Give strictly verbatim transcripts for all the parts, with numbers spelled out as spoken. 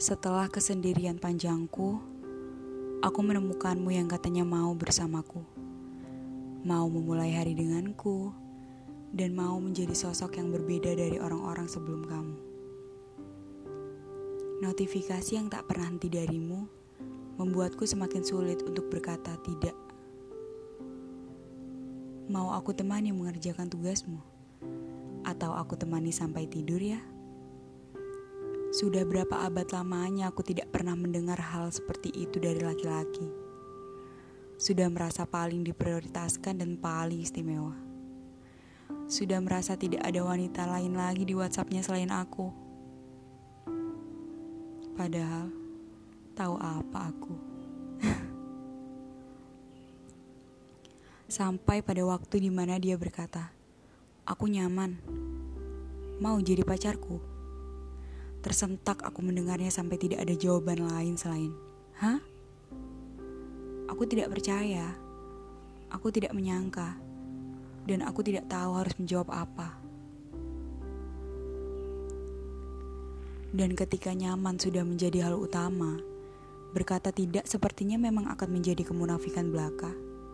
Setelah kesendirian panjangku, aku menemukanmu yang katanya mau bersamaku. Mau memulai hari denganku, dan mau menjadi sosok yang berbeda dari orang-orang sebelum kamu. Notifikasi yang tak pernah henti darimu membuatku semakin sulit untuk berkata tidak. Mau aku temani mengerjakan tugasmu? Atau aku temani sampai tidur ya? Sudah berapa abad lamanya aku tidak pernah mendengar hal seperti itu dari laki-laki. Sudah merasa paling diprioritaskan dan paling istimewa. Sudah merasa tidak ada wanita lain lagi di WhatsApp-nya selain aku. Padahal, tahu apa aku? Sampai pada waktu di mana dia berkata, "Aku nyaman. Mau jadi pacarku?" Tersentak aku mendengarnya sampai tidak ada jawaban lain selain, "Hah?" Aku tidak percaya. Aku tidak menyangka. Dan aku tidak tahu harus menjawab apa. Dan ketika nyaman sudah menjadi hal utama, berkata tidak sepertinya memang akan menjadi kemunafikan belaka.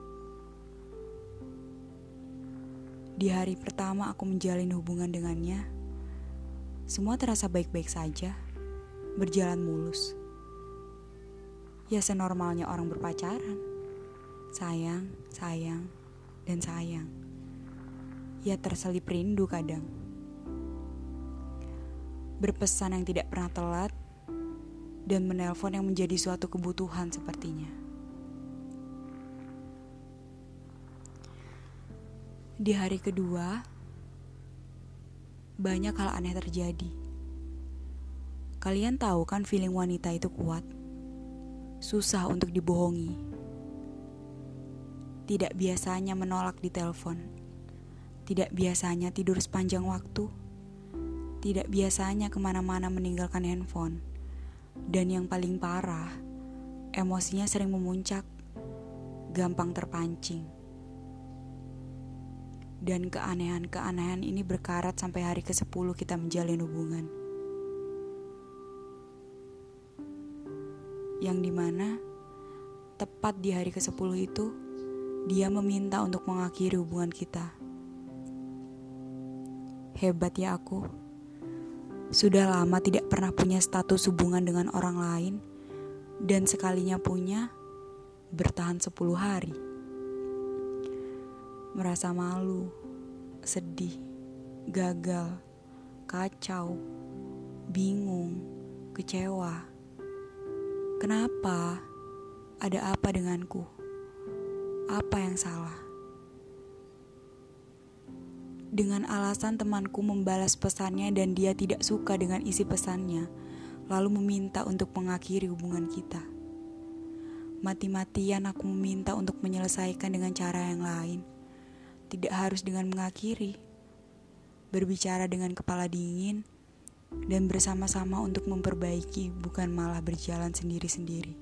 Di hari pertama aku menjalin hubungan dengannya, semua terasa baik-baik saja, berjalan mulus. Ya senormalnya orang berpacaran. Sayang, sayang, dan sayang. Ya terselip rindu kadang. Berpesan yang tidak pernah telat, dan menelpon yang menjadi suatu kebutuhan sepertinya. Di hari kedua, banyak hal aneh terjadi. Kalian tahu kan feeling wanita itu kuat. Susah untuk dibohongi. Tidak biasanya menolak di telepon. Tidak biasanya tidur sepanjang waktu. Tidak biasanya kemana-mana meninggalkan handphone. Dan yang paling parah, emosinya sering memuncak. Gampang terpancing. Dan keanehan-keanehan ini berkarat sampai hari kesepuluh kita menjalin hubungan. Yang dimana, tepat di hari kesepuluh itu, dia meminta untuk mengakhiri hubungan kita. Hebat ya aku. Sudah lama tidak pernah punya status hubungan dengan orang lain, dan sekalinya punya, bertahan sepuluh hari. Merasa malu, sedih, gagal, kacau, bingung, kecewa. Kenapa? Ada apa denganku? Apa yang salah? Dengan alasan temanku membalas pesannya dan dia tidak suka dengan isi pesannya, lalu meminta untuk mengakhiri hubungan kita. Mati-matian aku meminta untuk menyelesaikan dengan cara yang lain. Tidak harus dengan mengakhiri. Berbicara dengan kepala dingin dan bersama-sama untuk memperbaiki, bukan malah berjalan sendiri-sendiri.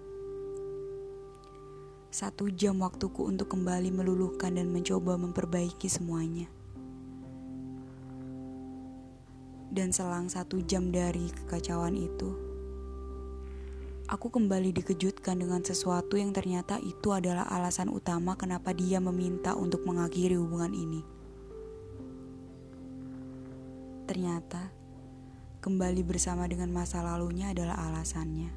Satu jam waktuku untuk kembali meluluhkan dan mencoba memperbaiki semuanya. Dan selang satu jam dari kekacauan itu, aku kembali dikejutkan dengan sesuatu yang ternyata itu adalah alasan utama kenapa dia meminta untuk mengakhiri hubungan ini. Ternyata, kembali bersama dengan masa lalunya adalah alasannya.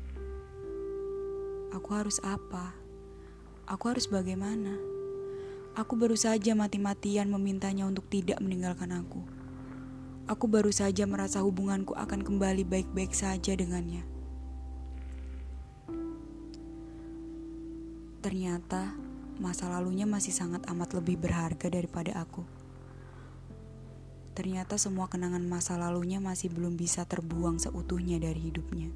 Aku harus apa? Aku harus bagaimana? Aku baru saja mati-matian memintanya untuk tidak meninggalkan aku. Aku baru saja merasa hubunganku akan kembali baik-baik saja dengannya. Ternyata masa lalunya masih sangat amat lebih berharga daripada aku. Ternyata semua kenangan masa lalunya masih belum bisa terbuang seutuhnya dari hidupnya.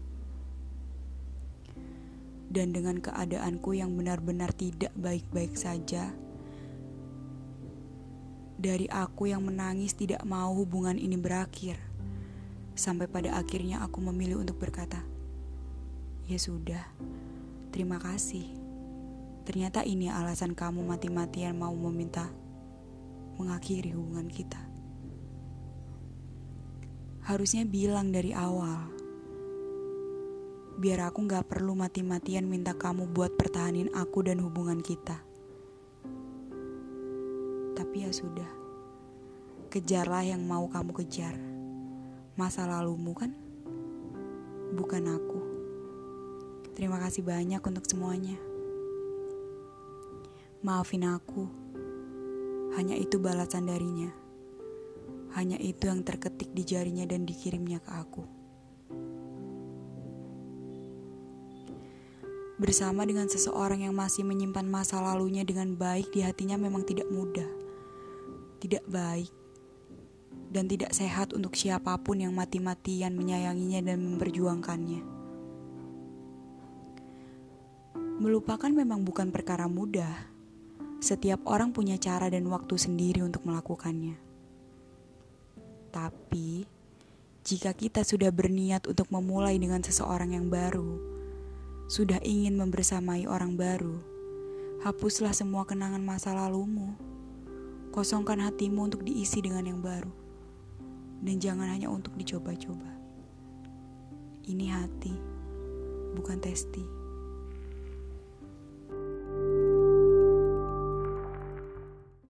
Dan dengan keadaanku yang benar-benar tidak baik-baik saja, dari aku yang menangis tidak mau hubungan ini berakhir, sampai pada akhirnya aku memilih untuk berkata, "Ya sudah, terima kasih. Ternyata ini alasan kamu mati-matian mau meminta mengakhiri hubungan kita. Harusnya bilang dari awal, biar aku gak perlu mati-matian minta kamu buat pertahanin aku dan hubungan kita. Tapi ya sudah, kejarlah yang mau kamu kejar. Masa lalumu kan, bukan aku. Terima kasih banyak untuk semuanya. Maafin aku. Hanya itu balasan darinya. Hanya itu yang terketik di jarinya dan dikirimnya ke aku. Bersama dengan seseorang yang masih menyimpan masa lalunya dengan baik di hatinya memang tidak mudah, tidak baik, dan tidak sehat untuk siapapun yang mati-matian menyayanginya dan memperjuangkannya. Melupakan memang bukan perkara mudah. Setiap orang punya cara dan waktu sendiri untuk melakukannya. Tapi, jika kita sudah berniat untuk memulai dengan seseorang yang baru, sudah ingin membersamai orang baru, hapuslah semua kenangan masa lalumu. Kosongkan hatimu untuk diisi dengan yang baru. Dan jangan hanya untuk dicoba-coba. Ini hati, bukan testi.